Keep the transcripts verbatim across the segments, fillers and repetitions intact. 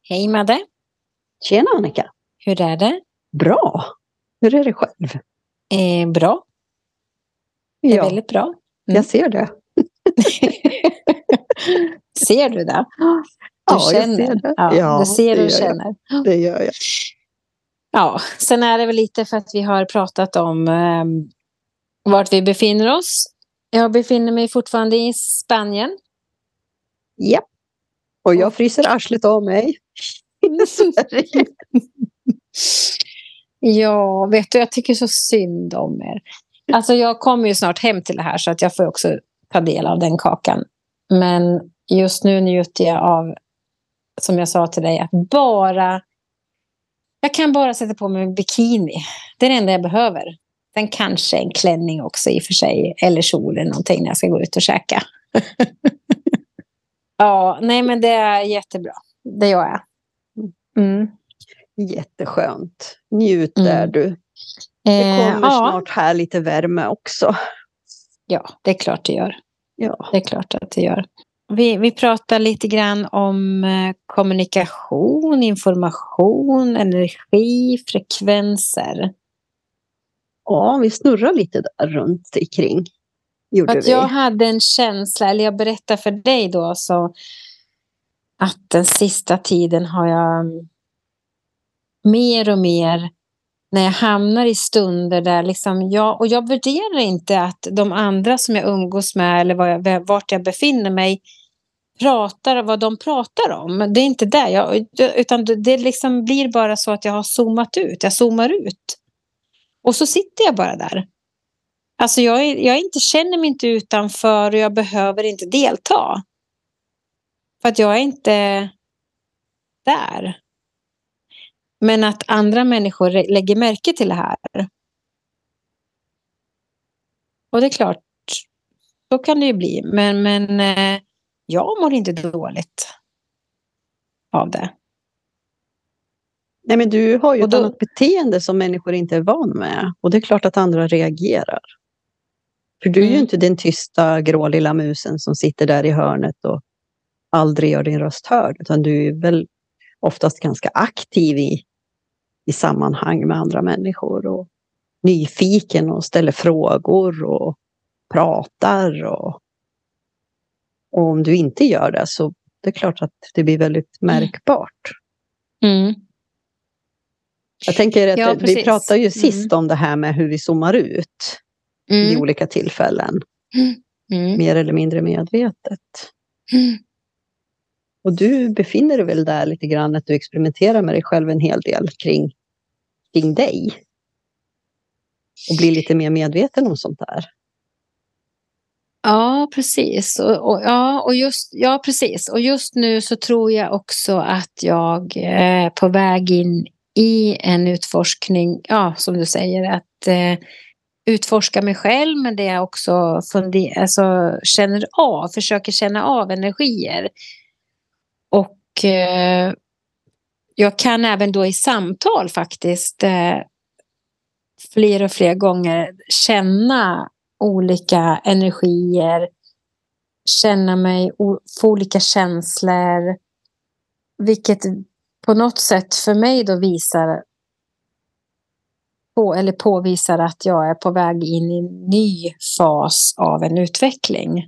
Hej Madde. Tjena Annika. Hur är det? Bra. Hur är det själv? Eh, bra. Det är Ja, väldigt bra. Mm. jag ser det. Ser du det? Du ja, känner. jag ser det. Ja, Ja, du ser det och gör känner. jag. Det gör jag. Ja, sen är det väl lite för att vi har pratat om eh, vart vi befinner oss. Jag befinner mig fortfarande i Spanien. Ja. Och jag Och- fryser arslet av mig. Ja, vet du, jag tycker så synd om er. Alltså jag kommer ju snart hem till det här så att jag får också ta del av den kakan. Men just nu njuter jag av, som jag sa till dig, att bara... Jag kan bara sätta på mig en bikini. Det är det enda jag behöver. Sen kanske en klänning också i och för sig. Eller kjol eller någonting när jag ska gå ut och käka. Ja, nej men det är jättebra. Det gör jag. Mm. Jätteskönt. Njut där Mm. du. Det Eh, kommer ja. snart här lite värme också. Ja, det är klart det gör. Ja. Det är klart att det gör. Vi, vi pratar lite grann om eh, kommunikation, information, energi, frekvenser. Ja, vi snurrar lite där runt ikring. Gjorde För att vi. jag hade en känsla, eller jag berättar för dig då, så att den sista tiden har jag mer och mer, när jag hamnar i stunder där liksom jag, och jag värderar inte att de andra som jag umgås med eller var jag, vart jag befinner mig pratar vad de pratar om. Det är inte det, jag, utan det liksom blir bara så att jag har zoomat ut, jag zoomar ut. Och så sitter jag bara där. Alltså jag, är, jag inte, känner mig inte utanför och jag behöver inte delta. För att jag är inte där. Men att andra människor lägger märke till det här. Och det är klart, så kan det ju bli. Men, men eh, jag mår inte dåligt av det. Nej, men du har ju Och ett då- annat beteende som människor inte är van med. Och det är klart att andra reagerar. För du är ju Mm. inte den tysta grå lilla musen som sitter där i hörnet och aldrig gör din röst hörd. Utan du är väl oftast ganska aktiv i, i sammanhang med andra människor. Och nyfiken och ställer frågor och pratar. Och, och om du inte gör det så det är klart att det blir väldigt märkbart. Mm. Jag tänker att Ja, vi precis. pratade ju sist Mm. om det här med hur vi zoomar ut vid Mm. olika tillfällen. Mm. Mer eller mindre medvetet. Mm. Och du befinner dig väl där lite grann att du experimenterar med dig själv en hel del kring, kring dig. Och blir lite mer medveten om sånt där. Ja, precis. Och, och, ja, och just, ja, precis. Och just nu så tror jag också att jag är på väg in i en utforskning, ja, som du säger, att eh, utforska mig själv, men det jag också funder, alltså, känner av, försöker känna av energier. Och eh, jag kan även då i samtal faktiskt eh, fler och fler gånger känna olika energier, känna mig, få olika känslor, vilket på något sätt för mig då visar på, eller påvisar att jag är på väg in i en ny fas av en utveckling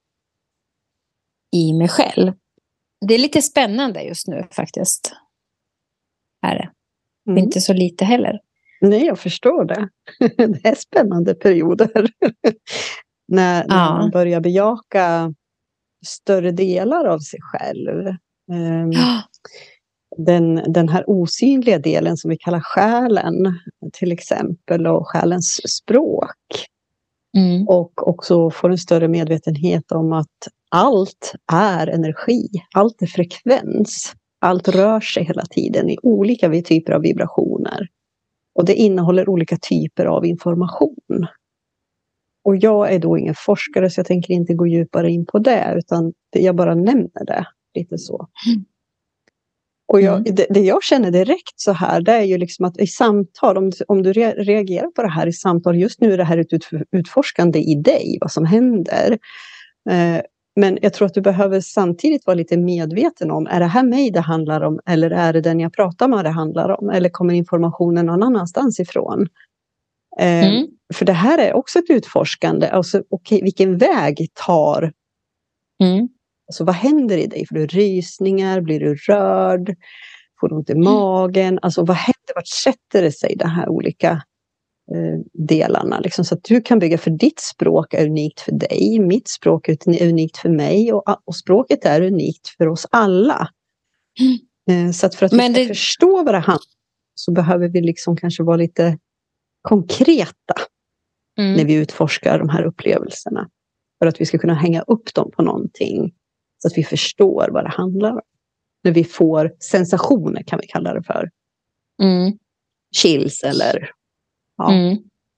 i mig själv. Det är lite spännande just nu faktiskt. Är det. Mm. Inte så lite heller. Nej, jag förstår det. Det är spännande perioder. när, när Ja. man börjar bejaka större delar av sig själv. Um, Ja. den, den här osynliga delen som vi kallar själen till exempel, och själens språk. Mm. Och också får en större medvetenhet om att allt är energi, allt är frekvens. Allt rör sig hela tiden i olika typer av vibrationer. Och det innehåller olika typer av information. Och jag är då ingen forskare så jag tänker inte gå djupare in på det, utan jag bara nämner det lite så. Mm. Och jag, det, det jag känner direkt så här, det är ju liksom att i samtal, om, om du re, reagerar på det här i samtal, just nu är det här ett ut, utforskande i dig, vad som händer. Eh, Men jag tror att du behöver samtidigt vara lite medveten om, är det här mig det handlar om, eller är det den jag pratar med det handlar om, eller kommer informationen någon annanstans ifrån? Eh, Mm. För det här är också ett utforskande, alltså okay, vilken väg tar, Mm. alltså vad händer i dig? Får du rysningar, blir du rörd, får du ont i magen, alltså vad händer, vart sätter det sig, de här olika delarna, liksom, så att du kan bygga, för ditt språk är unikt för dig, mitt språk är unikt för mig, och, och språket är unikt för oss alla. Mm. Så att för att Men vi ska det... förstå vad det handlar om, så behöver vi liksom kanske vara lite konkreta mm. när vi utforskar de här upplevelserna, för att vi ska kunna hänga upp dem på någonting, så att vi förstår vad det handlar om. När vi får sensationer, kan vi kalla det för. Mm. Chills eller ja. Mm.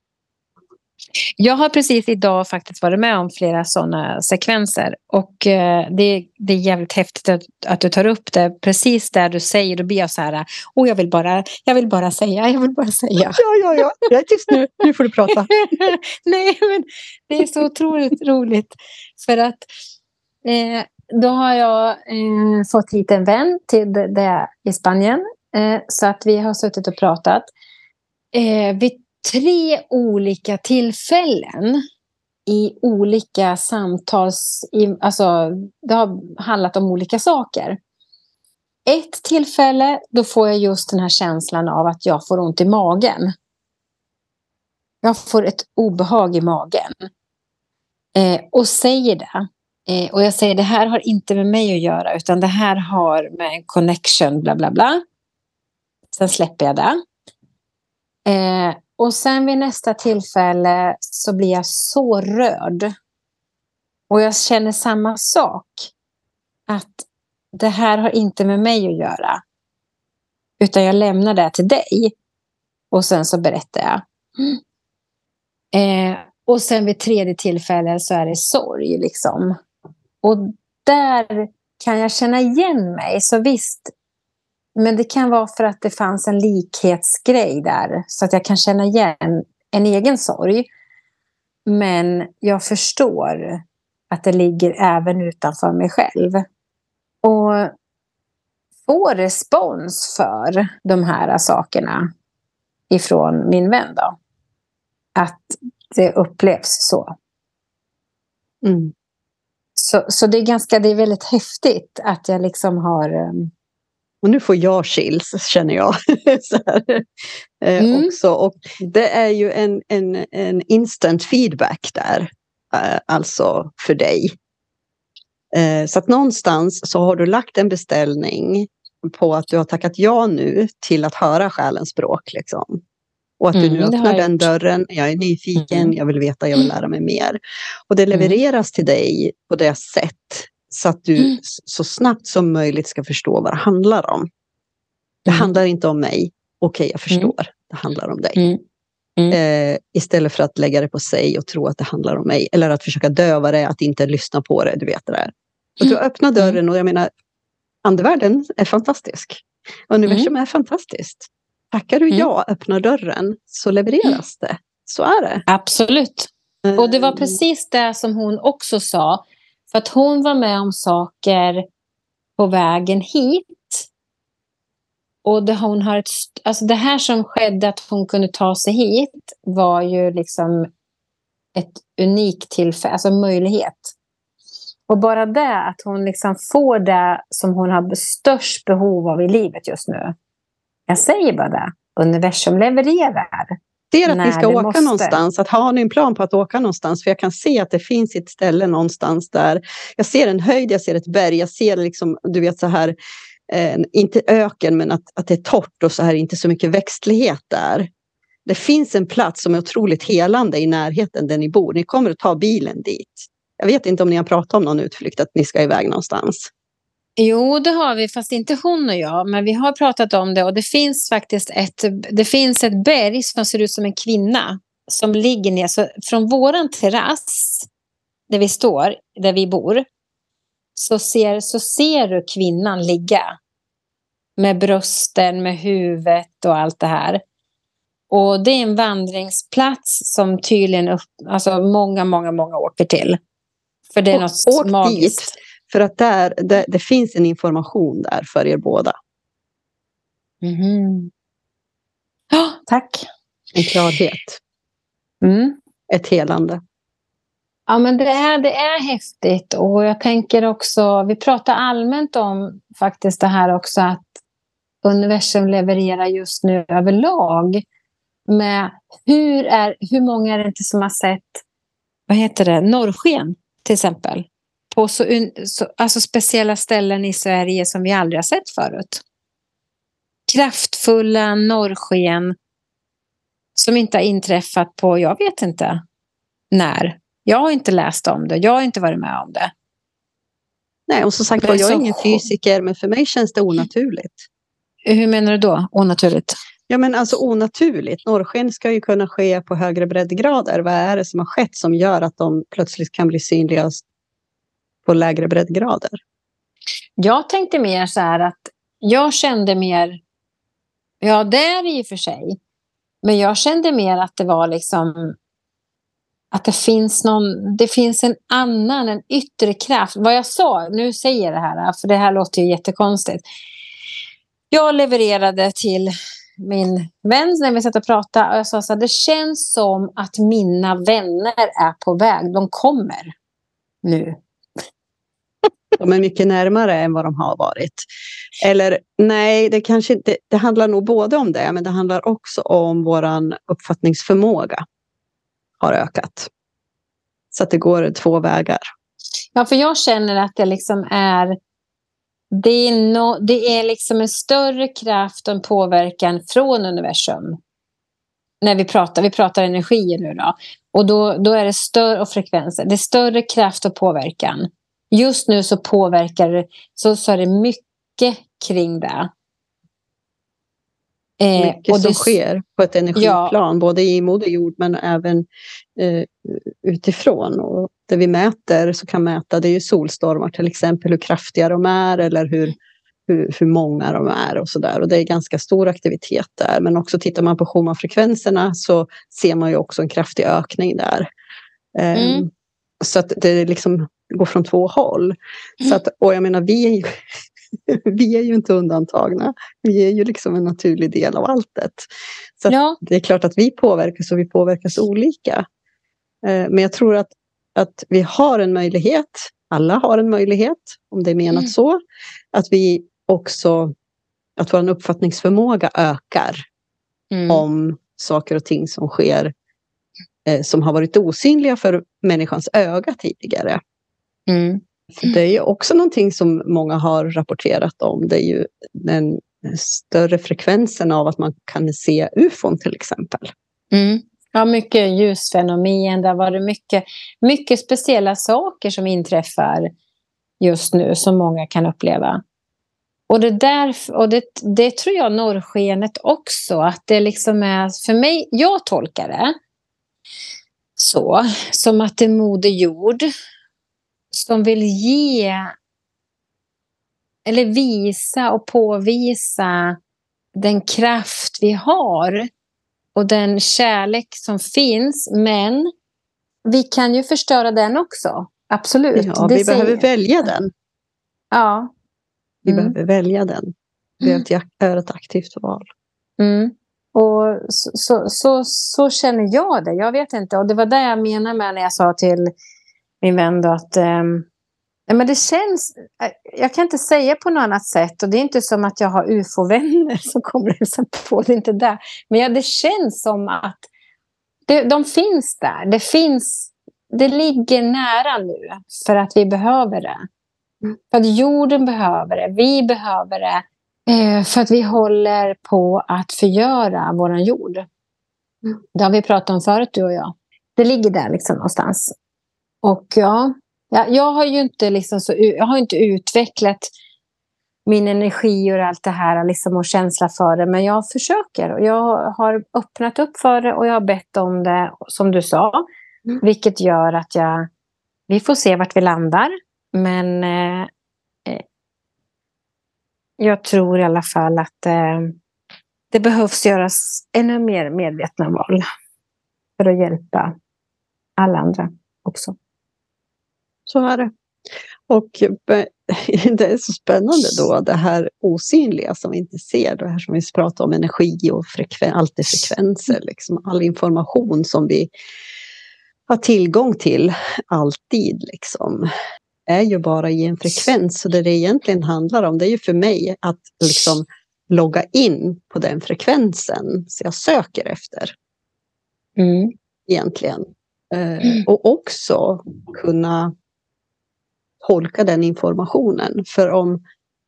Jag har precis idag faktiskt varit med om flera sådana sekvenser, och eh, det, det är jävligt häftigt att, att du tar upp det precis där du säger. Då blir jag så här, åh, jag vill bara, jag vill bara säga, jag vill bara säga. Ja, ja, ja, jag är tyst nu, nu får du prata. Nej, men det är så otroligt roligt, för att eh, då har jag eh, fått hit en vän till det, det i Spanien, eh, så att vi har suttit och pratat eh, vid tre olika tillfällen i olika samtals... I, alltså, det har handlat om olika saker. Ett tillfälle, då får jag just den här känslan av att jag får ont i magen. Jag får ett obehag i magen. Eh, och säger det. Eh, och jag säger, det här har inte med mig att göra, utan det här har med en connection, bla bla bla. Sen släpper jag det. Eh, och sen vid nästa tillfälle så blir jag så rörd. Och jag känner samma sak. Att det här har inte med mig att göra. Utan jag lämnar det till dig. Och sen så berättar jag. Eh, och sen vid tredje tillfälle så är det sorg liksom. Och där kan jag känna igen mig. Så visst. Men det kan vara för att det fanns en likhetsgrej där. Så att jag kan känna igen en egen sorg. Men jag förstår att det ligger även utanför mig själv. Och få respons för de här sakerna ifrån min vän då. Att det upplevs så. Mm. Så, så det är ganska, det är väldigt häftigt att jag liksom har... Um... Och nu får jag chills, känner jag. Så här, eh, mm. också. Och det är ju en, en, en instant feedback där. Eh, alltså för dig. Eh, så att någonstans så har du lagt en beställning på att du har tackat ja nu till att höra själens språk. Liksom. Och att du nu mm, öppnar den dörren. Jag är nyfiken, mm. jag vill veta, jag vill lära mig mer. Och det levereras mm. till dig på det sätt så att du mm. så snabbt som möjligt ska förstå vad det handlar om. Det mm. handlar inte om mig. Okej, jag förstår. Mm. Det handlar om dig. Mm. Mm. Eh, istället för att lägga det på sig och tro att det handlar om mig. Eller att försöka döva det, att inte lyssna på det. Du vet det där. Och du öppnar dörren och jag menar, andevärlden är fantastisk. Universum mm. är fantastiskt. Tackar du mm. ja, öppnar dörren, så levereras det. Så är det. Absolut. Och det var precis det som hon också sa. För att hon var med om saker på vägen hit. Och det, hon har ett, alltså det här som skedde, att hon kunde ta sig hit, var ju liksom ett unikt tillfälle, alltså möjlighet. Och bara det, att hon liksom får det som hon har störst behov av i livet just nu. Jag säger bara det. Universum levererar. Det är att ni ska åka måste. någonstans. Att ha en plan på att åka någonstans. För jag kan se att det finns ett ställe någonstans där. Jag ser en höjd, jag ser ett berg. Jag ser liksom, du vet så här, eh, inte öken, men att, att det är torrt och så här, inte så mycket växtlighet där. Det finns en plats som är otroligt helande i närheten där ni bor. Ni kommer att ta bilen dit. Jag vet inte om ni har pratat om någon utflykt, att ni ska iväg någonstans. Jo, det har vi, fast inte hon och jag. Men vi har pratat om det, och det finns faktiskt ett, det finns ett berg som ser ut som en kvinna som ligger ner. Så från våran terrass, där vi står, där vi bor, så ser, så ser du kvinnan ligga med brösten, med huvudet och allt det här. Och det är en vandringsplats som tydligen upp, alltså många, många, många åker till. För det är Och något åk magiskt. dit, för att där, det, det finns en information där för er båda. Mhm. Ja, tack. En klarhet. Mm. Ett helande. Ja, men det är, det är häftigt. Och jag tänker också, vi pratar allmänt om faktiskt det här också, att universum levererar just nu överlag. Med hur, är, hur många är det inte som har sett, vad heter det, norrsken till exempel. På så, så, alltså speciella ställen i Sverige som vi aldrig har sett förut. Kraftfulla norrsken som inte har inträffat på, jag vet inte när. Jag har inte läst om det, jag har inte varit med om det. Nej, och som sagt Men var, jag är så- ingen fysiker, men för mig känns det onaturligt. Hur menar du då? Onaturligt? Ja, men alltså onaturligt. Norrsken ska ju kunna ske på högre breddgrader. Vad är det som har skett som gör att de plötsligt kan bli synliga på lägre breddgrader? Jag tänkte mer så här att jag kände mer, ja det är det i och för sig, men jag kände mer att det var liksom att det finns någon, det finns en annan, en yttre kraft. Vad jag sa, nu säger jag det här, för det här låter ju jättekonstigt. Jag levererade till min vän när vi satt och pratade och jag sa så här, det känns som att mina vänner är på väg, de kommer nu. De är mycket närmare än vad de har varit. Eller nej, det kanske inte, det handlar nog både om det, men det handlar också om våran uppfattningsförmåga har ökat. Så att det går två vägar. Ja, för jag känner att det liksom är det är, no, det är liksom en större kraft och en påverkan från universum. När vi pratar, vi pratar energier nu då. Och då, då är det större och frekvenser. Det är större kraft och påverkan. Just nu så påverkar det, så, så är det mycket kring det. Eh, mycket och som det, sker på ett energiplan, ja. Både i Moder Jord men även eh, utifrån. Och det vi mäter, så kan mäta, det är ju solstormar till exempel, hur kraftiga de är eller hur, hur, hur många de är och sådär. Och det är ganska stor aktivitet där. Men också tittar man på Schumann-frekvenserna så ser man ju också en kraftig ökning där. Eh, mm. Så att det liksom går från två håll. Mm. Så att, och jag menar, vi är ju vi är ju inte undantagna. Vi är ju liksom en naturlig del av alltet. Så ja. det är klart att vi påverkas och vi påverkas olika. Men jag tror att, att vi har en möjlighet, alla har en möjlighet, om det är menat mm. så, att vi också, att vår uppfattningsförmåga ökar mm. om saker och ting som sker eh, som har varit osynliga för människans öga tidigare. Mm. För det är ju också någonting som många har rapporterat om. Det är ju den större frekvensen av att man kan se U F O n till exempel. Mm. Ja, mycket ljusfenomen. Det har varit mycket, mycket speciella saker som inträffar just nu som många kan uppleva. Och det där, och det, det tror jag norrskenet också. Att det liksom är, för mig, jag tolkar det så, som att det är Moder Jord som vill ge eller visa och påvisa den kraft vi har och den kärlek som finns, men vi kan ju förstöra den också, absolut. Ja, det vi säger... behöver välja den. Ja. Vi Mm. behöver välja den. Det är ett aktivt val. Mm. Och så, så, så, så känner jag det, jag vet inte, och det var det jag menade med när jag sa till min vän då att um, men det känns, jag kan inte säga på något annat sätt, och det är inte som att jag har U F O-vänner som kommer hälsa på, det är inte där. Men ja, det känns som att det, de finns där, det finns, det ligger nära nu för att vi behöver det. Mm. För att jorden behöver det, vi behöver det, eh, för att vi håller på att förgöra våran jord. Mm. Det har vi pratat om förut, du och jag. Det ligger där liksom någonstans. Och ja, Ja, jag har ju inte, liksom så, jag har inte utvecklat min energi och allt det här liksom, och känsla för det, men jag försöker och jag har öppnat upp för det och jag har bett om det, som du sa, mm. vilket gör att jag, vi får se vart vi landar, men eh, jag tror i alla fall att eh, det behövs göras ännu mer medvetna val för att hjälpa alla andra också. så är det. Och det är så spännande då, det här osynliga som vi inte ser, det här som vi pratar om, energi och frekven, allt är frekvenser, liksom. All information som vi har tillgång till alltid liksom, är ju bara i en frekvens. Så det det egentligen handlar om, det är ju för mig att liksom logga in på den frekvensen så jag söker efter. Mm. Egentligen. Eh, och också kunna tolka den informationen. För om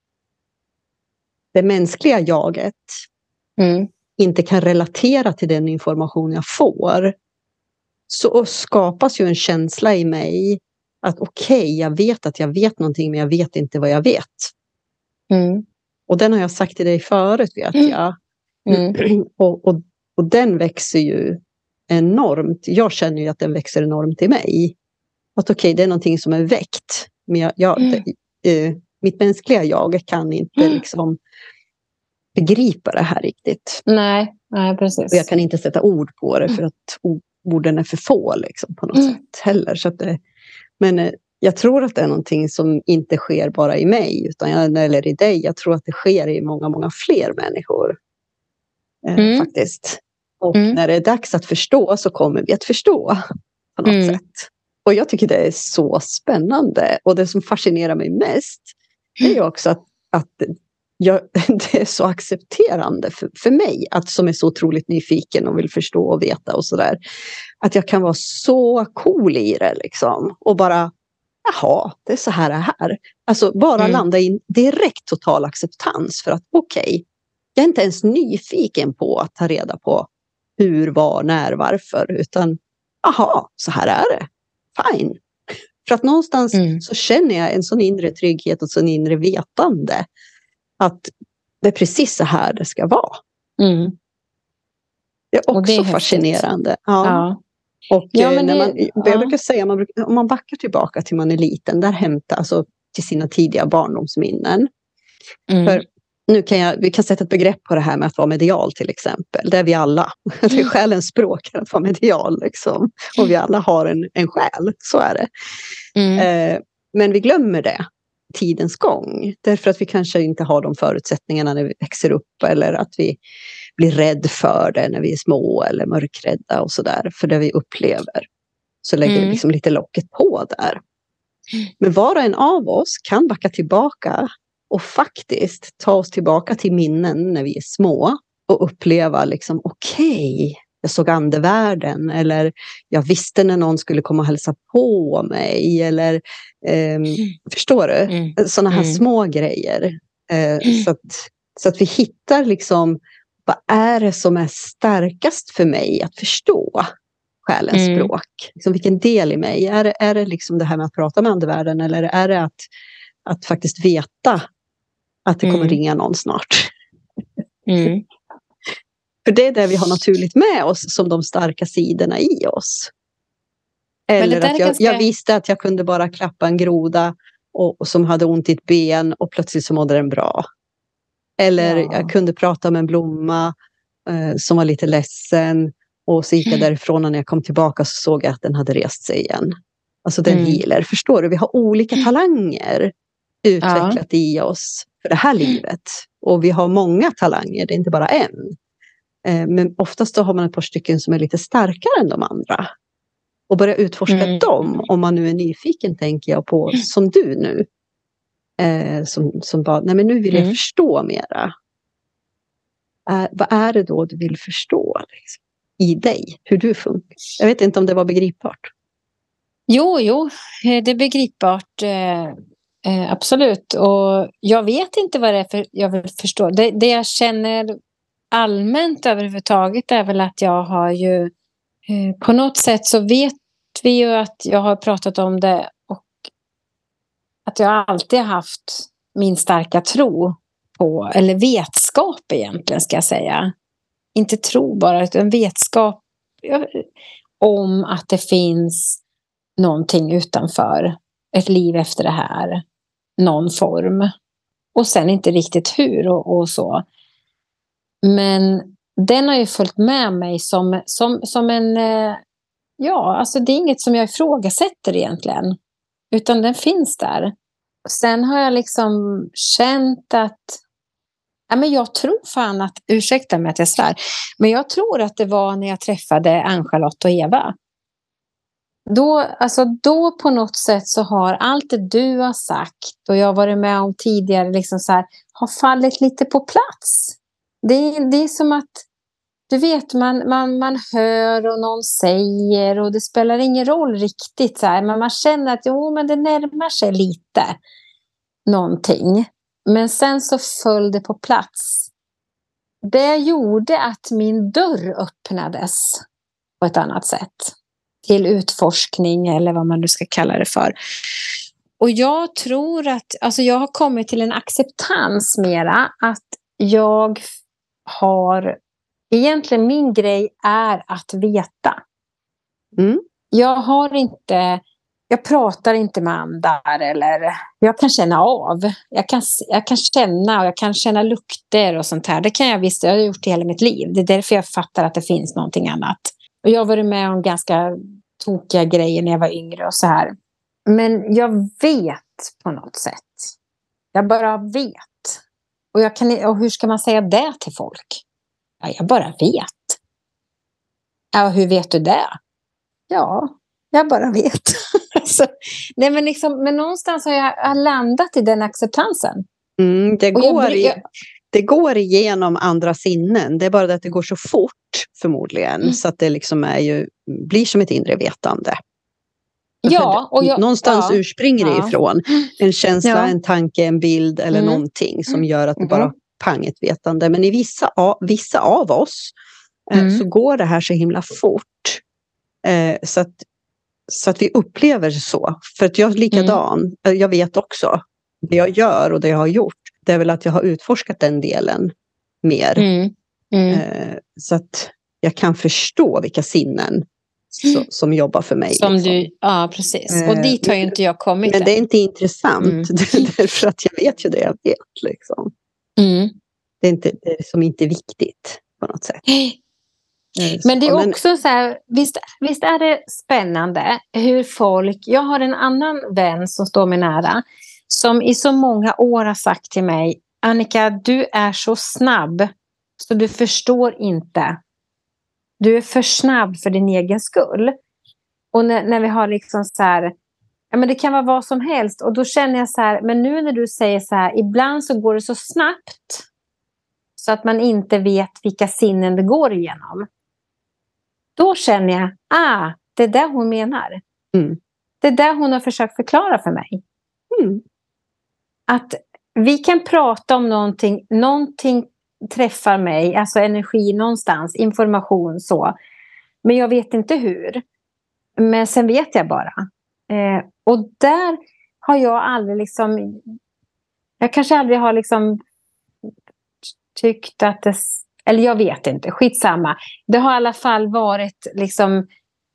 det mänskliga jaget Mm. inte kan relatera till den information jag får, så skapas ju en känsla i mig att okej, okay, jag vet att jag vet någonting, men jag vet inte vad jag vet. Mm. Och den har jag sagt till dig förut, vet jag. Mm. och, och, och den växer ju enormt. Jag känner ju att den växer enormt i mig. Att okej, okay, det är någonting som är väckt. Men jag, jag, Mm. det, eh, mitt mänskliga jag kan inte liksom begripa det här riktigt. Nej, nej, precis. Och jag kan inte sätta ord på det för att orden är för få liksom, på något Mm. sätt heller. Så att det, men eh, jag tror att det är någonting som inte sker bara i mig, utan jag, eller i dig. Jag tror att det sker i många, många fler människor. Eh, Mm. Faktiskt. Och Mm. när det är dags att förstå så kommer vi att förstå på något Mm. sätt. Och jag tycker det är så spännande. Och det som fascinerar mig mest är ju också att, att jag, det är så accepterande för, för mig. Att som är så otroligt nyfiken och vill förstå och veta och sådär. Att jag kan vara så cool i det liksom. Och bara, jaha, det är så här det här. Alltså bara Mm. landa i direkt total acceptans för att okej. Okay, jag är inte ens nyfiken på att ta reda på hur, var, när, varför. Utan, aha, så här är det. Fine. För att någonstans Mm. så känner jag en sån inre trygghet och sån inre vetande. Att det är precis så här det ska vara. Mm. Det är också Och det är fascinerande. Ja. Ja. Och Ja, eh, men när det- man, ja. jag brukar säga, man brukar, om man backar tillbaka till man är liten, där hämtar, alltså till sina tidiga barndomsminnen. Mm. För nu kan jag, vi kan sätta ett begrepp på det här med att vara medial till exempel. Det är vi alla. Det är själens språk att vara medial liksom. Och vi alla har en, en själ, så är det. Mm. Eh, men vi glömmer det tidens gång. Därför att vi kanske inte har de förutsättningarna när vi växer upp. Eller att vi blir rädd för det när vi är små eller mörkrädda och sådär. För det vi upplever. Så lägger Mm. vi liksom lite locket på där. Men var och en av oss kan backa tillbaka och faktiskt ta oss tillbaka till minnen när vi är små och uppleva liksom okej, okay, jag såg andevärlden eller jag visste när någon skulle komma och hälsa på mig eller eh, mm. förstår du? Mm. Sådana här Mm. små grejer. Eh, så, att, så att vi hittar liksom vad är det som är starkast för mig att förstå själens Mm. språk. Liksom vilken del i mig? Är det, är det liksom det här med att prata med andevärlden eller är det att, att faktiskt veta att det kommer Mm. ringa någon snart? Mm. För det är det vi har naturligt med oss som de starka sidorna i oss. Eller där att är jag, ganska- jag visste att jag kunde bara klappa en groda och, och som hade ont i ett ben och plötsligt så mådde den bra. Eller Ja. jag kunde prata med en blomma eh, som var lite ledsen och så gick jag därifrån och när jag kom tillbaka så såg jag att den hade rest sig igen. Alltså den Mm. healer, förstår du? Vi har olika talanger utvecklat i oss för det här livet. Och vi har många talanger, det är inte bara en. Eh, men oftast då har man ett par stycken som är lite starkare än de andra. Och börja utforska Mm. dem, om man nu är nyfiken tänker jag på, som du nu. Eh, som, som bara, nej men nu vill jag Mm. förstå mera. Eh, vad är det då du vill förstå liksom, i dig, hur du funkar? Jag vet inte om det var begripbart. Jo, jo, eh, det är begripbart. Eh, eh, absolut. Och jag vet inte vad det är för jag vill förstå. Det, det jag känner allmänt överhuvudtaget är väl att jag har ju eh, på något sätt så vet vi ju att jag har pratat om det och att jag alltid har haft min starka tro på, eller vetskap egentligen ska jag säga. Inte tro bara, utan vetskap om att det finns någonting utanför, ett liv efter det här, någon form. Och sen inte riktigt hur och, och så. Men den har ju följt med mig som, som, som en, ja, alltså det är inget som jag ifrågasätter egentligen. utan den finns där. Sen har jag liksom känt att ja, men jag tror fan att, ursäkta mig att jag svär, men jag tror att det var när jag träffade Ann-Charlotte och Eva. Då, alltså då på något sätt så har allt det du har sagt och jag har varit med om tidigare liksom så här, har fallit lite på plats. Det, det är som att du vet, man, man, man hör och någon säger och det spelar ingen roll riktigt så här, men man känner att jo, men det närmar sig lite någonting. Men sen så föll det på plats. Det gjorde att min dörr öppnades på ett annat sätt. Till utforskning eller vad man nu ska kalla det för. Och jag tror att, alltså jag har kommit till en acceptans mera att jag har, egentligen min grej är att veta. Mm. Jag har inte, jag pratar inte med andar eller jag kan känna av. Jag kan, jag kan känna och jag kan känna lukter och sånt här. Det kan jag visst, jag har gjort det hela mitt liv. Det är därför jag fattar att det finns någonting annat. Och jag har varit med om ganska tokiga grejer när jag var yngre och så här. Men jag vet på något sätt. Jag bara vet. Och, jag kan, och hur ska man säga det till folk? Ja, jag bara vet. Ja, hur vet du det? Ja, jag bara vet. så, nej, men, liksom, men någonstans har jag, jag har landat i den acceptansen. Mm, det, går jag, i, jag, det går igenom andra sinnen. Det är bara det att det går så fort förmodligen. Mm. Så att det liksom är ju, blir som ett inre vetande. Ja, och jag, någonstans ja, urspringer det ja. ifrån. En känsla, ja. En tanke, en bild eller mm. någonting som gör att det mm. bara pang ett vetande. Men i vissa, av, vissa av oss mm. eh, så går det här så himla fort. Eh, så, att, så att vi upplever det så. För att jag är likadan. Mm. Jag vet också det jag gör och det jag har gjort. Det är väl att jag har utforskat den delen mer. Mm. Mm. Eh, så att jag kan förstå vilka sinnen så, som jobbar för mig. Som liksom. du, ja, precis. Och dit har ju inte jag kommit. Men det är inte intressant. Mm. Därför att jag vet ju det jag vet. Liksom. Mm. Det är inte, det är som inte viktigt på något sätt. Men det är också så här, visst, visst är det spännande hur folk, jag har en annan vän som står mig nära, som i så många år har sagt till mig, Annika, du är så snabb så du förstår inte. Du är för snabb för din egen skull. Och när, när vi har liksom så här, ja, men det kan vara vad som helst. Och då känner jag så här, men nu när du säger så här, ibland så går det så snabbt så att man inte vet vilka sinnen det går igenom. Då känner jag, ah, det är det hon menar. Mm. Det är det hon har försökt förklara för mig. Mm. Att vi kan prata om någonting, någonting träffar mig, alltså energi någonstans, information så. Men jag vet inte hur. Men sen vet jag bara. Eh, och där har jag aldrig liksom, jag kanske aldrig har liksom tyckt att det, eller jag vet inte, skitsamma. Det har i alla fall varit liksom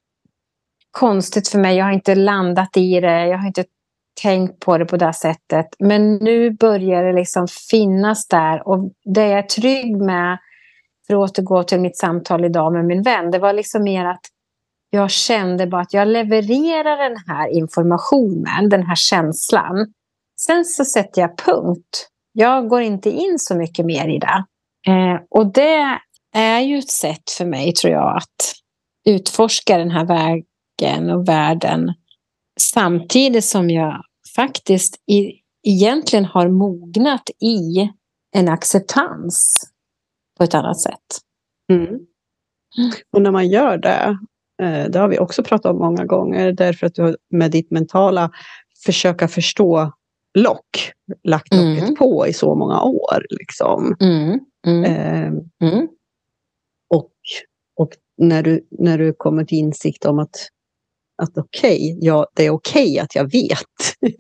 konstigt för mig. Jag har inte landat i det, jag har inte tänkt på det på det sättet. Men nu börjar det liksom finnas där. Och det jag är trygg med, för att återgå till mitt samtal idag med min vän, det var liksom mer att jag kände bara att jag levererar den här informationen, den här känslan. Sen så sätter jag punkt. Jag går inte in så mycket mer i det. Eh, och det är ju ett sätt för mig, tror jag, att utforska den här vägen och världen. Samtidigt som jag faktiskt i, egentligen har mognat i en acceptans på ett annat sätt. Mm. Och när man gör det, det har vi också pratat om många gånger, därför att du har med ditt mentala försöka förstå lock, lagt locket mm. på i så många år. Liksom. Mm. Mm. Eh, mm. Och, och när, du, när du kommer till insikt om att, att okej, okay, ja, det är okej okay att jag vet.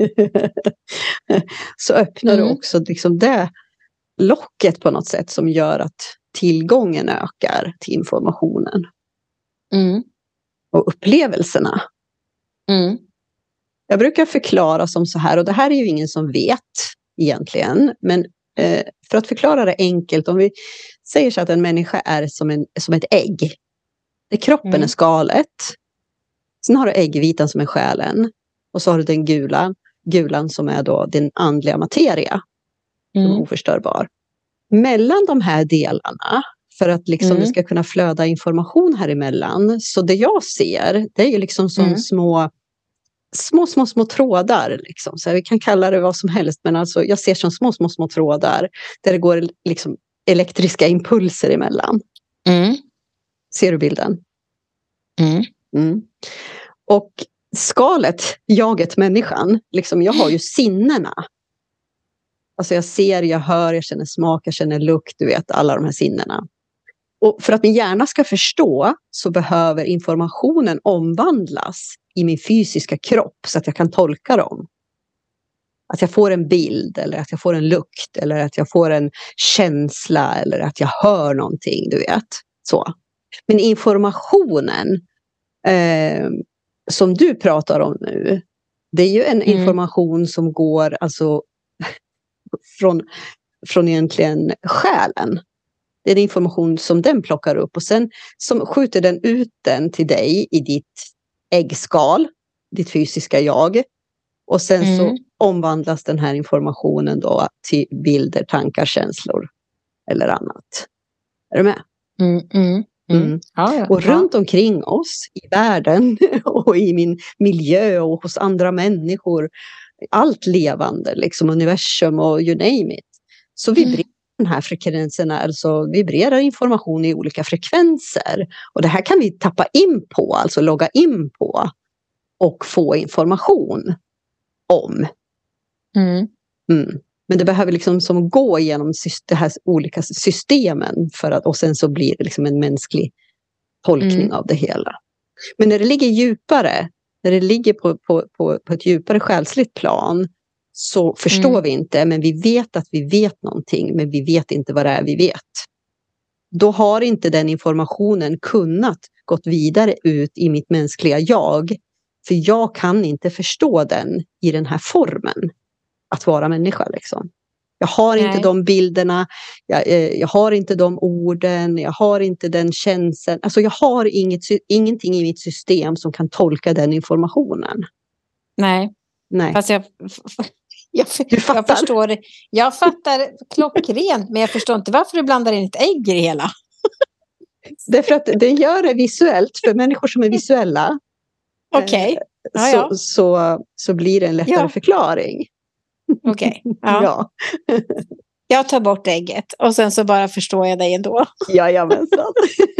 Så öppnar mm. du också liksom det locket på något sätt som gör att tillgången ökar till informationen. Mm. Och upplevelserna. Mm. Jag brukar förklara som så här, och det här är ju ingen som vet egentligen, men eh, för att förklara det enkelt, om vi säger så att en människa är som, en, som ett ägg. Där kroppen mm. är skalet. Sen har du äggvitan som är själen. Och så har du den gula, gulan som är då den andliga materia. Som Mm. är oförstörbar. Mellan de här delarna, för att liksom Mm. det ska kunna flöda information här emellan. Så det jag ser, det är ju liksom som Mm. små, små, små, små trådar. Liksom. Så vi kan kalla det vad som helst, men alltså jag ser som små, små, små trådar. Där det går liksom elektriska impulser emellan. Mm. Ser du bilden? Mm. Mm. Och skalet, jaget, människan, liksom jag har ju sinnena. Alltså jag ser, jag hör, jag känner smak, jag känner lukt, du vet, alla de här sinnena. Och för att min hjärna ska förstå så behöver informationen omvandlas i min fysiska kropp så att jag kan tolka dem. Att jag får en bild eller att jag får en lukt eller att jag får en känsla eller att jag hör någonting, du vet. Så. Men informationen eh, som du pratar om nu, det är ju en Mm. information som går alltså från, från egentligen själen. Det är den information som den plockar upp och sen som skjuter den ut den till dig i ditt äggskal, ditt fysiska jag. Och sen Mm. så omvandlas den här informationen då till bilder, tankar, känslor eller annat. Är du med? Mm. Mm. Mm. Mm. Ja, ja. Och Ja. runt omkring oss i världen och i min miljö och hos andra människor, allt levande, liksom universum och you name it, så vibrerar Mm. den här frekvenserna, alltså vibrerar information i olika frekvenser. Och det här kan vi tappa in på, alltså logga in på och få information om. Mm. Mm. Men det behöver liksom som gå igenom de här olika systemen för att, och sen så blir det liksom en mänsklig tolkning Mm. av det hela. Men när det ligger djupare, när det ligger på, på, på, på ett djupare själsligt plan, så förstår Mm. vi inte, men vi vet att vi vet någonting, men vi vet inte vad det är vi vet. Då har inte den informationen kunnat gått vidare ut i mitt mänskliga jag, för jag kan inte förstå den i den här formen, att vara människa liksom. Jag har Nej. inte de bilderna, jag, eh, jag har inte de orden, jag har inte den känslan. Alltså jag har inget, ingenting i mitt system som kan tolka den informationen. Nej. Nej. Fast jag, jag, Du fattar? jag förstår det. Jag fattar klockrent, men jag förstår inte varför du blandar in ett ägg i det hela. Därför att det gör det visuellt för människor som är visuella. Okej. eh, Ja, så, ja. så, så blir det en lättare Ja. förklaring. Okej. Ja. Ja. Jag tar bort ägget och sen så bara förstår jag dig ändå. Jajamensan.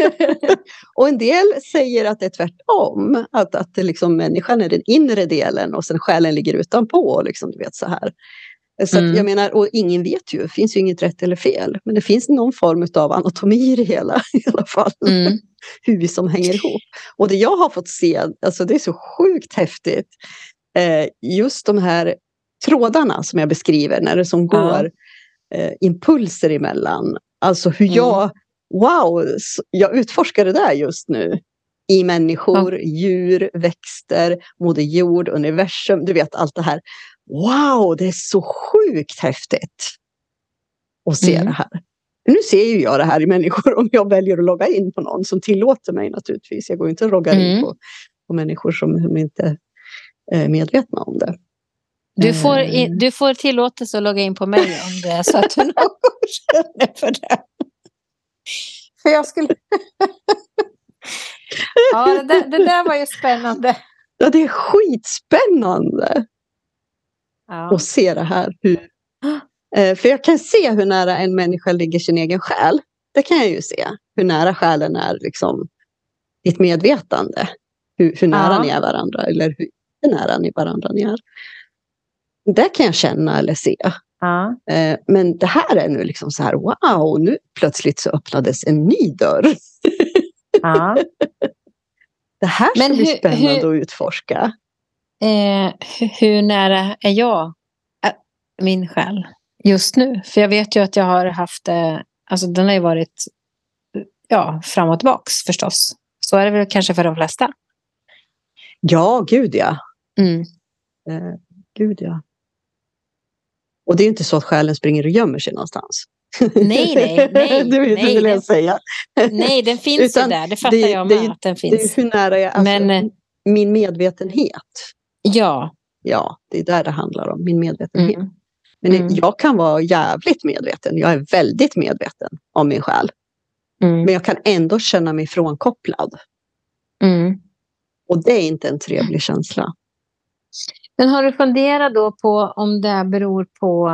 Och en del säger att det är tvärtom. Att, att det liksom, människan är den inre delen och sen själen ligger utanpå. Liksom, du vet, så här. Så Mm. att jag menar, och ingen vet ju, det finns ju inget rätt eller fel. Men det finns någon form av anatomi i det hela i alla fall. Mm. Hur vi som hänger ihop. Och det jag har fått se, alltså det är så sjukt häftigt. Eh, just de här trådarna som jag beskriver, när det som går eh, impulser emellan. Alltså hur Mm. jag, wow, jag utforskar det där just nu. I människor, Ja. djur, växter, moder jord, universum, du vet allt det här. Wow, det är så sjukt häftigt att se Mm. det här. Nu ser ju jag det här i människor om jag väljer att logga in på någon som tillåter mig naturligtvis. Jag går inte att logga Mm. in på, på människor som inte är medvetna om det. Du får, i, du får tillåtelse att logga in på mig om det är så att du någon känner för det. För jag skulle... Ja, det där, det där var ju spännande. Ja, det är skitspännande Ja. att se det här. Hur, eh, för jag kan se hur nära en människa ligger sin egen själ. Det kan jag ju se. Hur nära själen är liksom ditt medvetande. Hur, hur nära Ja. ni är varandra. Eller hur nära ni varandra ni är. Det kan jag känna eller se. Ja. Eh, men det här är nu liksom så här, wow, nu plötsligt så öppnades en ny dörr. Ja. Det här ska Men bli hur- spännande hur- att utforska. Eh, hu- hur nära är jag äh, min själ just nu? För jag vet ju att jag har haft, eh, alltså den har ju varit ja, fram och tillbaks förstås. Så är det väl kanske för de flesta. Ja, gud ja. Mm. Eh, gud ja. Och det är inte så att själen springer och gömmer sig någonstans. Nej, nej, nej. Du vet nej, vad den, jag säga. Nej, den finns Utan ju där. Det fattar det- jag det- med att den Det är finns. hur nära jag, alltså, Men, eh, min medvetenhet. Ja, Ja, det är där det handlar om, min medvetenhet. Mm. Men Mm. jag kan vara jävligt medveten. Jag är väldigt medveten om min själ. Mm. Men jag kan ändå känna mig frånkopplad. Mm. Och det är inte en trevlig känsla. Men har du funderat då på om det beror på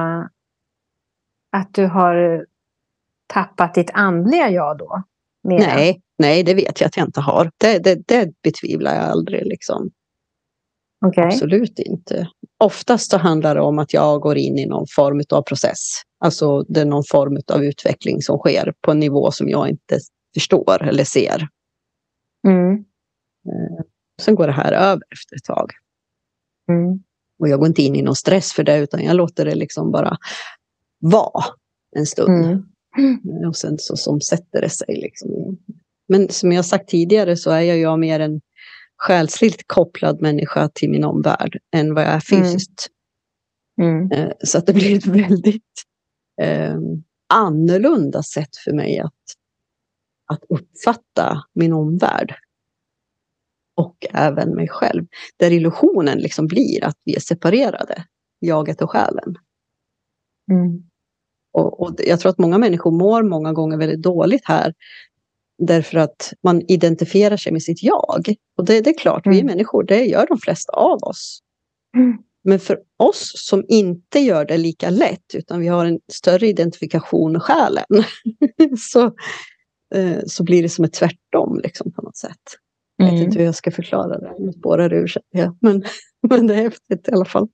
att du har tappat ditt andliga jag då? Mera? Nej, nej, det vet jag att jag inte har. Det, det, det betvivlar jag aldrig liksom. Okay. Absolut inte. Oftast så handlar det om att jag går in i någon form av process. Alltså det är någon form av utveckling som sker på en nivå som jag inte förstår eller ser. Mm. Sen går det här över efter ett tag. Mm. Och jag går inte in i någon stress för det, utan jag låter det liksom bara vara en stund. Mm. Mm. Och sen så som sätter det sig liksom. Men som jag sagt tidigare så är jag ju mer en själsligt kopplad människa till min omvärld än vad jag är fysiskt. Mm. Mm. Så att det blir ett väldigt eh, annorlunda sätt för mig att, att uppfatta min omvärld. Och även mig själv. Där illusionen liksom blir att vi är separerade. Jaget och själen. Mm. Och, och jag tror att många människor mår många gånger väldigt dåligt här. Därför att man identifierar sig med sitt jag. Och det, det är klart, mm. vi är människor. Det gör de flesta av oss. Mm. Men för oss som inte gör det lika lätt. Utan vi har en större identifikation med själen. så, eh, så blir det som ett tvärtom liksom, på något sätt. Jag vet Mm. inte hur jag ska förklara det. Jag spårar ur sig. Ja. Men, men det är häftigt i alla fall.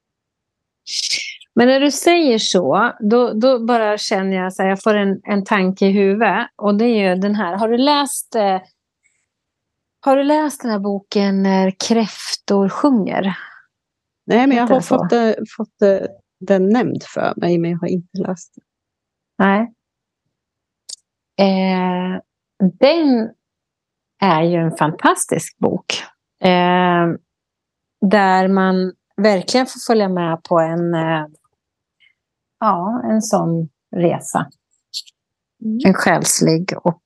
Men när du säger så, då, då bara känner jag så här, jag får en, en tanke i huvudet. Och det är ju den här. Har du läst, eh, har du läst den här boken När kräftor sjunger? Nej, men jag har fått, äh, fått äh, den nämnd för mig, men jag har inte läst den. Nej. Eh, den är ju en fantastisk bok. Eh, där man verkligen får följa med på en, eh, ja, en sån resa. Mm. En själslig och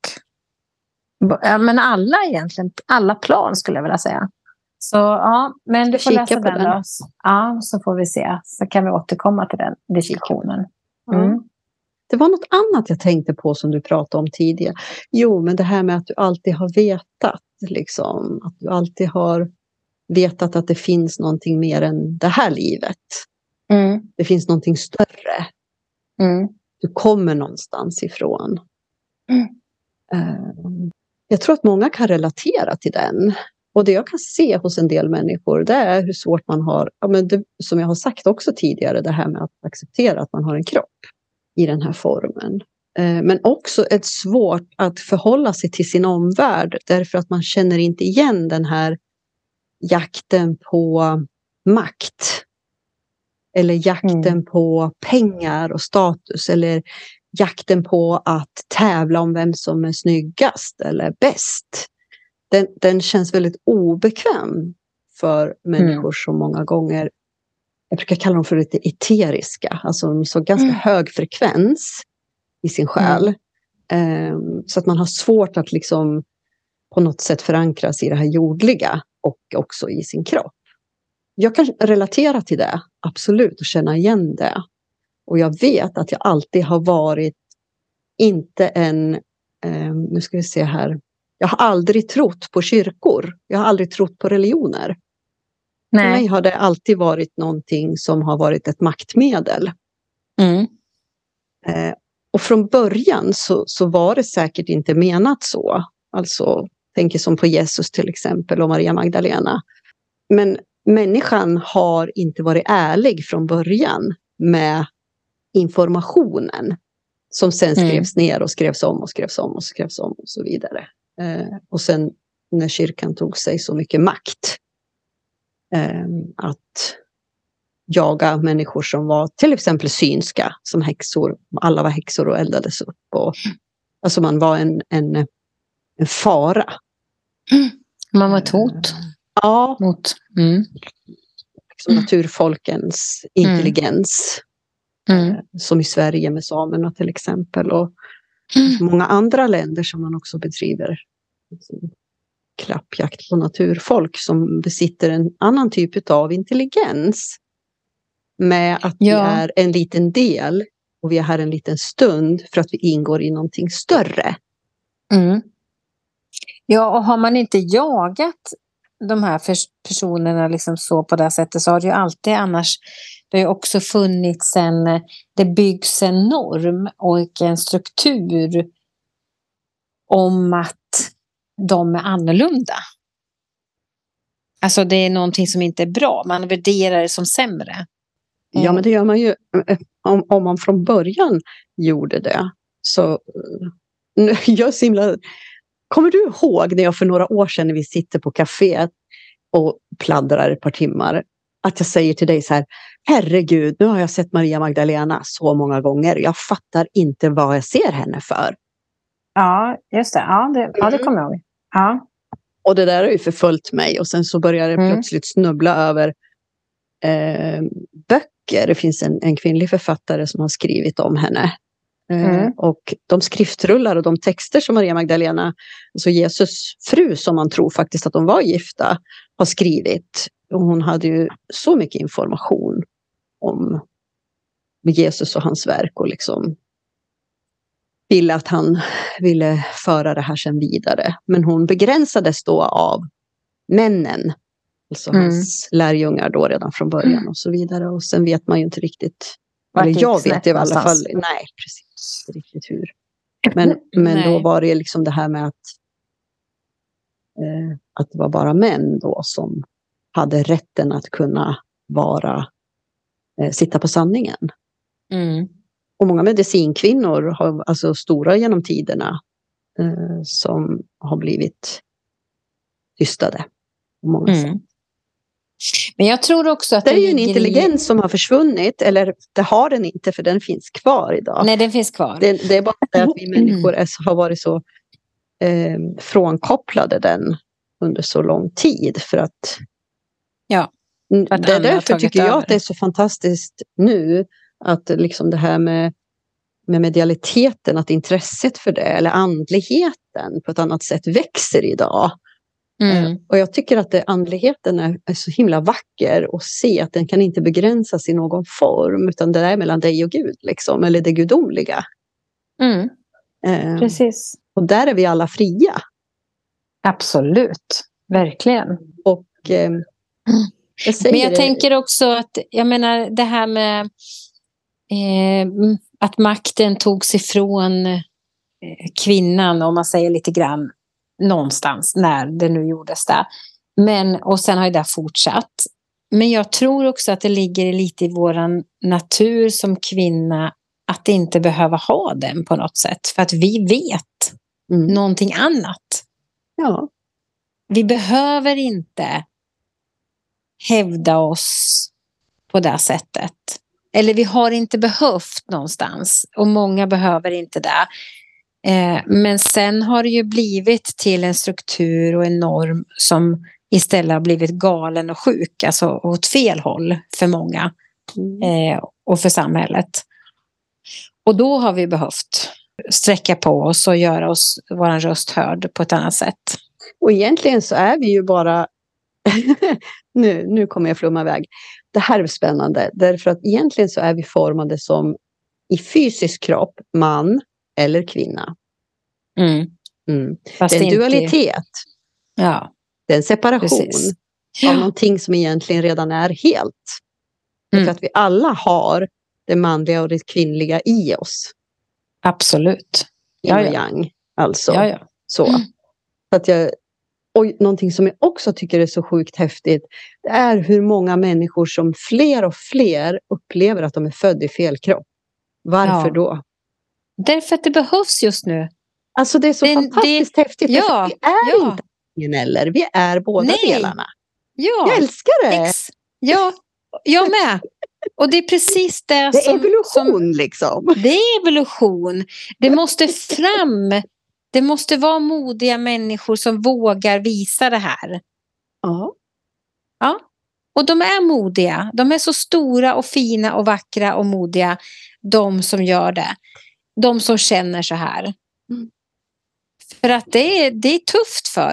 ja, men alla egentligen, alla plan skulle jag vilja säga. Så ja, men du får läsa den, den då. Ja, så får vi se. Så kan vi återkomma till den diskussionen. Mm. Ja. Det var något annat jag tänkte på som du pratade om tidigare. Jo, men det här med att du alltid har vetat. Liksom, att du alltid har vetat att det finns någonting mer än det här livet. Mm. Det finns någonting större. Mm. Du kommer någonstans ifrån. Mm. Uh, jag tror att många kan relatera till den. Och det jag kan se hos en del människor, det är hur svårt man har, ja, men det, som jag har sagt också tidigare, det här med att acceptera att man har en kropp i den här formen. Uh, men också ett svårt att förhålla sig till sin omvärld, därför att man känner inte igen den här jakten på makt. Eller jakten mm. på pengar och status. Eller jakten på att tävla om vem som är snyggast eller bäst. Den, den känns väldigt obekväm för människor mm. som många gånger, jag brukar kalla dem för lite eteriska. Alltså så ganska mm. hög frekvens i sin själ. Mm. Um, så att man har svårt att liksom på något sätt förankras i det här jordliga. Och också i sin kropp. Jag kan relatera till det, absolut, och känna igen det. Och jag vet att jag alltid har varit inte en, eh, nu ska vi se här. Jag har aldrig trott på kyrkor. Jag har aldrig trott på religioner. Nej. För mig har det alltid varit någonting som har varit ett maktmedel. Mm. Eh, och från början så, så var det säkert inte menat så. Alltså, tänker som på Jesus till exempel och Maria Magdalena. Men människan har inte varit ärlig från början med informationen. Som sen skrevs mm. ner och skrevs om och skrevs om och skrevs om och så vidare. Eh, och sen när kyrkan tog sig så mycket makt. Eh, att jaga människor som var till exempel synska som häxor. Alla var häxor och eldades upp. Och, alltså man var en, en, en fara. Mm. Man var ett hot. Ja. Mot. Mm. Liksom naturfolkens intelligens. Mm. Som i Sverige med samerna till exempel. Och mm. många andra länder som man också bedriver liksom, klappjakt på naturfolk som besitter en annan typ av intelligens. Med att Ja. vi är en liten del och vi är här en liten stund för att vi ingår i någonting större. Mm. Ja, och har man inte jagat de här personerna liksom så på det sättet, så har det ju alltid annars, det har ju också funnits en, det byggs en norm och en struktur om att de är annorlunda. Alltså det är någonting som inte är bra, man värderar det som sämre. Ja, men det gör man ju om, om man från början gjorde det. Så jag så himla... Kommer du ihåg när jag för några år sedan när vi sitter på kaféet och pladdrar ett par timmar, att jag säger till dig så här: herregud, nu har jag sett Maria Magdalena så många gånger. Jag fattar inte vad jag ser henne för. Ja, just det. Ja, det, ja, det kommer jag ihåg. Ja. Och det där har ju förföljt mig. Och sen så börjar jag Mm. plötsligt snubbla över eh, böcker. Det finns en, en kvinnlig författare som har skrivit om henne. Mm. Och de skriftrullar och de texter som Maria Magdalena, alltså Jesus fru som man tror faktiskt att de var gifta, har skrivit. Och hon hade ju så mycket information om Jesus och hans verk och liksom ville att han ville föra det här sen vidare. Men hon begränsades då av männen, alltså mm. hans lärjungar då redan från början mm. och så vidare. Och sen vet man ju inte riktigt, eller jag vet i alla fall, nej precis, inte riktigt hur. Men, men då var det liksom det här med att eh, att det var bara män då som hade rätten att kunna vara eh, sitta på sanningen. Mm. Och många medicinkvinnor har alltså stora genom tiderna eh, som har blivit tystade på många mm. sätt. Men jag tror också att det är det ju en intelligens i... som har försvunnit, eller det har den inte för den finns kvar idag. Nej, den finns kvar. Det, det är bara det att vi människor är, har varit så eh, frånkopplade den under så lång tid för att ja, för att det är därför tycker jag över. Att det är så fantastiskt nu att liksom det här med med medialiteten, att intresset för det eller andligheten på ett annat sätt växer idag. Mm. Och jag tycker att det, andligheten är, är så himla vacker att se att den kan inte begränsas i någon form, utan det är mellan dig och Gud liksom, eller det gudomliga. Mm. Eh, Precis. Och där är vi alla fria. Absolut, verkligen. Och eh, jag säger Men jag det... tänker också att, jag menar det här med eh, att makten togs ifrån eh, kvinnan, om man säger lite grann, någonstans när det nu gjordes det. Men, och sen har ju det fortsatt. Men jag tror också att det ligger lite i våran natur som kvinna att inte behöva ha den på något sätt. För att vi vet mm. någonting annat. Ja. Vi behöver inte hävda oss på det sättet. Eller vi har inte behövt någonstans. Och många behöver inte det. Eh, men sen har det ju blivit till en struktur och en norm som istället har blivit galen och sjuk. Alltså åt fel håll för många. Mm. Eh, och för samhället. Och då har vi behövt sträcka på oss och göra oss vår röst hörd på ett annat sätt. Och egentligen så är vi ju bara... nu, nu kommer jag flumma iväg. Det här är spännande. Därför att egentligen så är vi formade som i fysisk kropp, man eller kvinna. Mm. Mm. Det är en dualitet. Inte... Ja. Det är en separation Precis. av någonting som egentligen redan är helt. Mm. För att vi alla har det manliga och det kvinnliga i oss. Absolut. Yin och yang. Alltså. Ja, ja. Så. Mm. Så att jag, och någonting som jag också tycker är så sjukt häftigt, det är hur många människor som fler och fler upplever att de är födda i fel kropp. Varför ja. då? Därför att det behövs just nu. Alltså det är så det, fantastiskt det, häftigt. Ja, vi är ja. inte ingen eller, vi är båda Nej. delarna. Ja. Jag älskar det. Ex- ja, jag med. Och det är precis det, det som... Det är evolution som, liksom. Det är evolution. Det måste fram... Det måste vara modiga människor som vågar visa det här. Ja. Ja. Och de är modiga. De är så stora och fina och vackra och modiga. De som gör det. De som känner så här. Mm. För att det är, det är tufft för dem.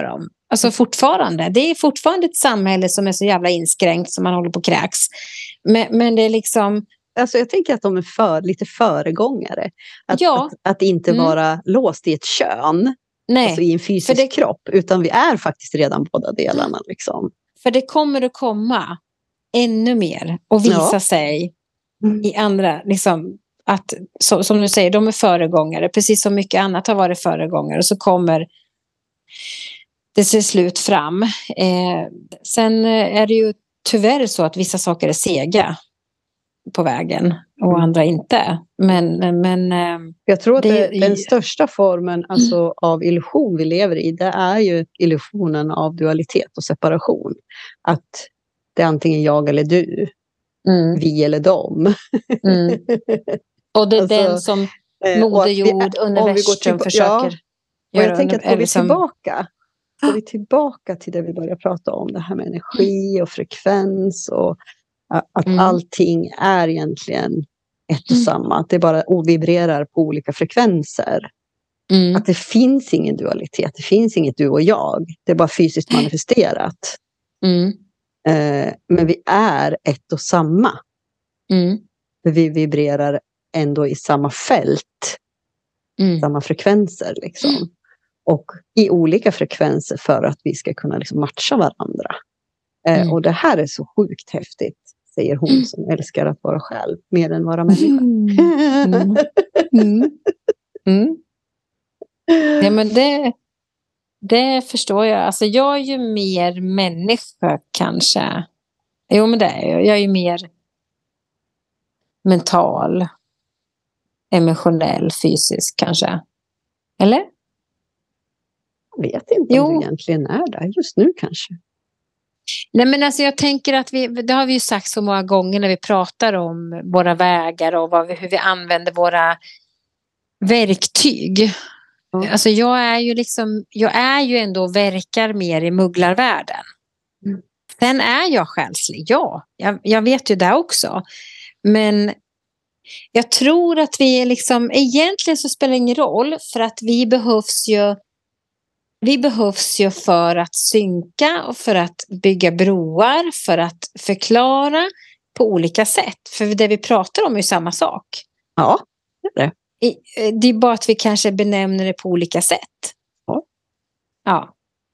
Alltså fortfarande. Det är fortfarande ett samhälle som är så jävla inskränkt som man håller på att kräks. Men, men det är liksom... Alltså jag tänker att de är för, lite föregångare. Att, Ja. att, att inte Mm. vara låst i ett kön. Nej. Alltså i en fysisk För det, kropp. Utan vi är faktiskt redan båda delarna. Liksom. För det kommer att komma ännu mer. Och visa Ja. sig Mm. i andra... Liksom, att, så, som du säger, de är föregångare. Precis som mycket annat har varit föregångare. Och så kommer det till slut fram. Eh, sen är det ju tyvärr så att vissa saker är sega på vägen och Mm. andra inte. Men, men jag tror att det, det, den största formen alltså, mm. av illusion vi lever i, det är ju illusionen av dualitet och separation. Att det är antingen jag eller du, mm. vi eller dem. Mm. Och det är alltså, den som Moder Jord, vi, universum försöker ja, och jag tänker att går vi tillbaka går vi tillbaka till det vi började prata om, det här med energi och frekvens och att mm. allting är egentligen ett och samma. Att det bara vibrerar på olika frekvenser. Mm. Att det finns ingen dualitet. Det finns inget du och jag. Det är bara fysiskt manifesterat. Mm. Eh, men vi är ett och samma. Mm. Vi vibrerar ändå i samma fält. Mm. Samma frekvenser liksom. Mm. Och i olika frekvenser för att vi ska kunna liksom matcha varandra. Eh, mm. Och det här är så sjukt häftigt. Säger hon som älskar att vara själv mer än vara människa. Mm. Mm. Mm. Ja, men det, det förstår jag. Alltså jag är ju mer människa kanske. Jo, men det är jag. Jag är ju mer mental, emotionell, fysisk kanske. Eller? Jag vet inte jo. om du egentligen är där just nu kanske. Nej, men alltså jag tänker att vi, det har vi ju sagt så många gånger när vi pratar om våra vägar och vad vi, hur vi använder våra verktyg. Mm. Alltså jag är ju liksom, jag är ju ändå verkar mer i mugglarvärlden. Mm. Sen är jag själslig, ja. Jag, jag vet ju det också. Men jag tror att vi liksom, egentligen så spelar det ingen roll för att vi behövs ju Vi behövs ju för att synka och för att bygga broar, för att förklara på olika sätt. För det vi pratar om är ju samma sak. Ja, det är det. Det är bara att vi kanske benämner det på olika sätt. Ja. Ja.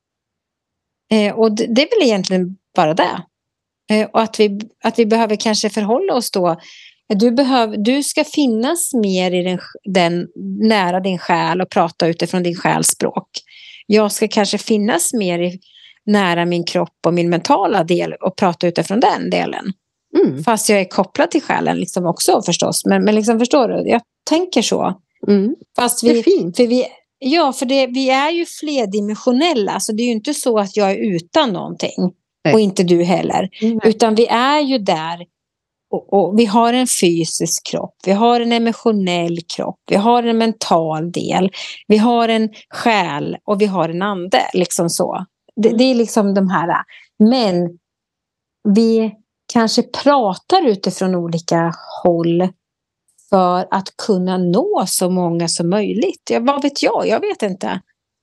Och det är väl egentligen bara det. Och att vi, att vi behöver kanske förhålla oss då. Du, behöver, du ska finnas mer i den, den, nära din själ och prata utifrån din själsspråk. Jag ska kanske finnas mer i, nära min kropp och min mentala del och prata utifrån den delen. Mm. Fast jag är kopplad till själen liksom också förstås. Men, men liksom förstår du, jag tänker så. Mm. Fast vi, det är fint. För vi, ja, för det, vi är ju flerdimensionella. Så det är ju inte så att jag är utan någonting. Nej. Och inte du heller. Mm. Utan vi är ju där. Och, och vi har en fysisk kropp, vi har en emotionell kropp, vi har en mental del, vi har en själ och vi har en ande, liksom så. Det, det är liksom de här. Men vi kanske pratar utifrån olika håll för att kunna nå så många som möjligt. Ja, vad vet jag? Jag vet inte.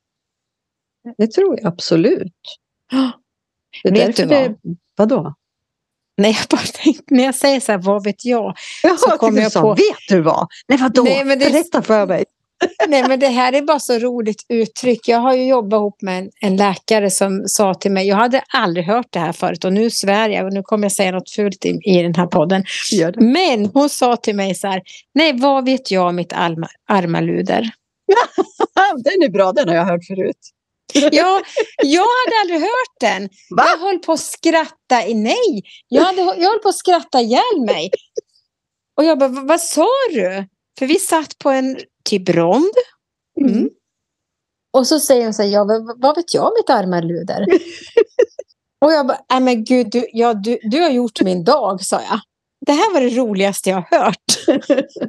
Det tror jag absolut. Det är vet du vad? Det, vadå? Nej, jag bara tänkte, när jag säger så här, vad vet jag? Jaha, så kommer jag på... vet du vad? Nej, vadå? Nej, men det... Berätta för mig. Nej, men det här är bara så roligt uttryck. Jag har ju jobbat ihop med en, en läkare som sa till mig, jag hade aldrig hört det här förut och nu svär jag och nu kommer jag säga något fult i, i den här podden. Men hon sa till mig så här, nej, vad vet jag om mitt arma, armaluder? Den är bra, den har jag hört förut. Ja, jag hade aldrig hört den. Va? Jag höll på att skratta i nej. Jag, hade, jag höll på att skratta ihjäl mig. Och jag bara, vad sa du? För vi satt på en typ rond. Mm. Mm. Och så säger hon så här, ja, vad, vad vet jag om mitt armaluder? Och jag bara, nej men gud, du, ja, du, du har gjort min dag, sa jag. Det här var det roligaste jag har hört.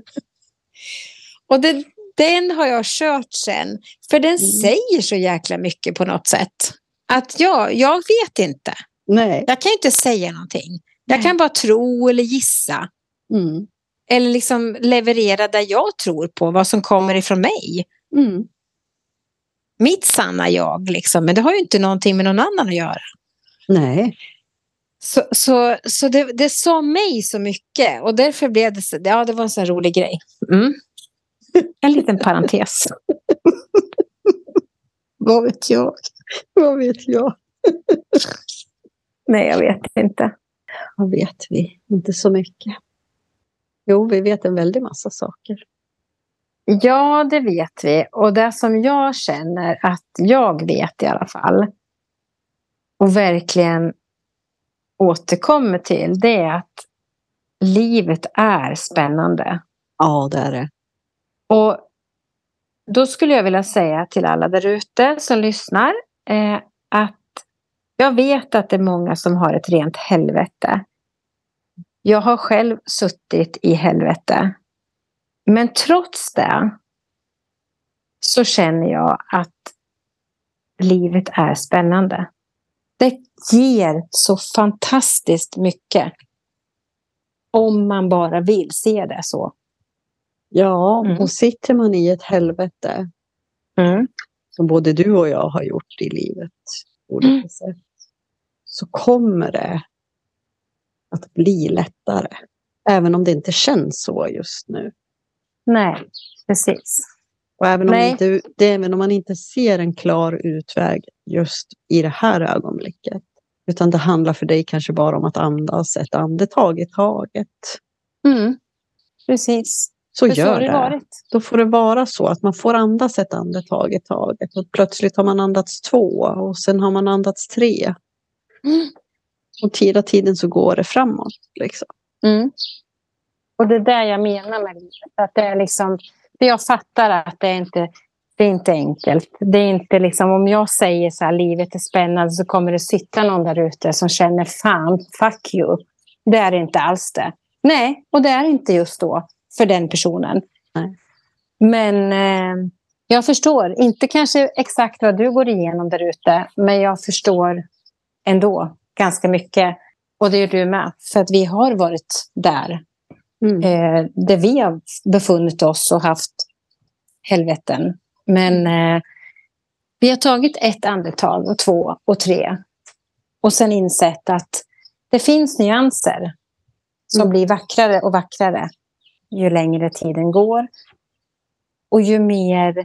Och det... Den har jag kört sen. För den mm. säger så jäkla mycket på något sätt. Att jag, jag vet inte. Nej. Jag kan inte säga någonting. Jag Nej. kan bara tro eller gissa. Mm. Eller liksom leverera där jag tror på. Vad som kommer ifrån mig. Mm. mitt sanna jag liksom. Men det har ju inte någonting med någon annan att göra. Nej. Så, så, så det, det sa mig så mycket. Och därför blev det så, ja, det var en sån rolig grej. Mm. En liten parentes. Vad vet jag? Vad vet jag? Nej, jag vet inte. Vad vet vi? Inte så mycket. Jo, vi vet en väldig massa saker. Ja, det vet vi. Och det som jag känner att jag vet i alla fall. Och verkligen återkommer till. Det är att livet är spännande. Ja, det är det. Och då skulle jag vilja säga till alla där ute som lyssnar. Eh, att jag vet att det är många som har ett rent helvete. Jag har själv suttit i helvete. Men trots det så känner jag att livet är spännande. Det ger så fantastiskt mycket. Om man bara vill se det så. Ja, Mm. och sitter man i ett helvete. Mm. Som både du och jag har gjort i livet. På olika Mm. sätt. Så kommer det att bli lättare. Även om det inte känns så just nu. Nej, precis. Och även om, Nej. inte, det, även om man inte ser en klar utväg just i det här ögonblicket. Utan det handlar för dig kanske bara om att andas ett andetag i taget. Mm. Precis. Så För så gör har det det. varit. Då får det vara så att man får andas ett andetag i taget. Och plötsligt har man andats två. Och sen har man andats tre. Mm. Och hela tiden så går det framåt. Liksom. Mm. Och det är där jag menar med livet. Att det är liksom, för jag fattar att det är inte, det är inte enkelt. Det är inte liksom, om jag säger så här, livet är spännande, så kommer det sitta någon där ute som känner fan, fuck you. Det är inte alls det. Nej, och det är inte just då för den personen. Nej. Men eh, jag förstår, inte kanske exakt vad du går igenom där ute, men jag förstår ändå ganska mycket. Och det är du med, för att vi har varit där. Mm. Eh, där vi har befunnit oss och haft helveten. Men eh, vi har tagit ett andetag och två och tre. Och sen insett att det finns nyanser som Mm. blir vackrare och vackrare ju längre tiden går. Och ju mer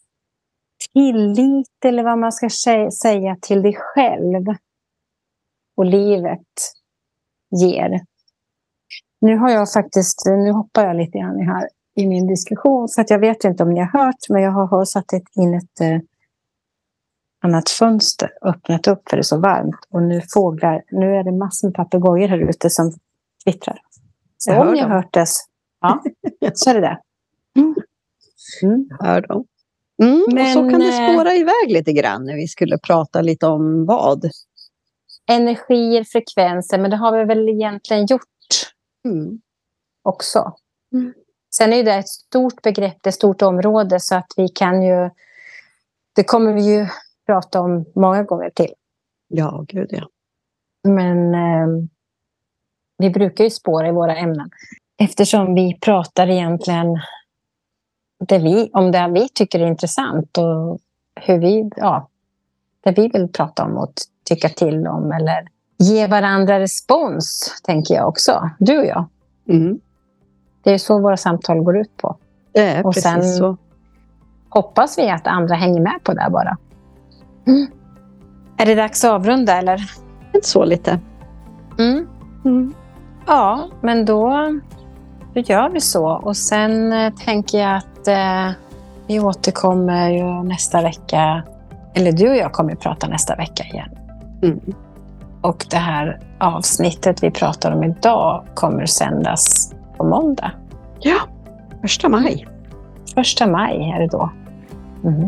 tillit eller vad man ska säga till dig själv och livet ger. Nu har jag faktiskt, nu hoppar jag lite grann här i min diskussion, för att jag vet inte om ni har hört, men jag har satt in ett eh, annat fönster, öppnat upp för det är så varmt, och nu fåglar, nu är det massor med papegojor här ute som kvittrar. Så Jag om hör ni har dem. hört det, ja, så är det det. Mm. Mm. Hör dem. Mm, Men, och så kan det spåra iväg lite grann när vi skulle prata lite om vad. Energier, frekvenser, men det har vi väl egentligen gjort Mm. också. Mm. Sen är det ett stort begrepp, det är ett stort område, så att vi kan ju, det kommer vi ju prata om många gånger till. Ja, gud ja. Men eh, vi brukar ju spåra i våra ämnen. Eftersom vi pratar egentligen det vi, om det vi tycker är intressant och hur vi, ja, det vi vill prata om och tycka till om eller ge varandra respons, tänker jag också. Du och jag. Mm. Det är så våra samtal går ut på. Det är Och precis sen så. hoppas vi att andra hänger med på det bara. Mm. Är det dags att avrunda eller? Så lite. Mm. Mm. Ja, men då, då gör vi så. Och sen eh, tänker jag att eh, vi återkommer ju nästa vecka. Eller du och jag kommer att prata nästa vecka igen. Mm. Och det här avsnittet vi pratar om idag kommer sändas på måndag. Ja, första maj. Första maj är det då. Mm.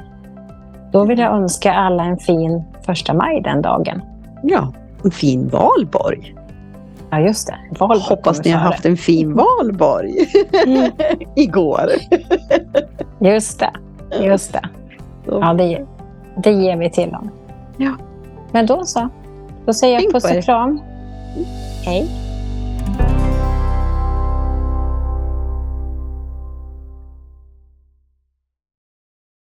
Då vill jag önska alla en fin första maj den dagen. Ja, en fin valborg. Ja, just det. Valborg. Hoppas ni har före. haft en fin valborg Mm. igår. Just det, just det. Ja, det, det ger vi till dem. Ja. Men då så. Då säger jag Tänk puss på er. och kram. Hej.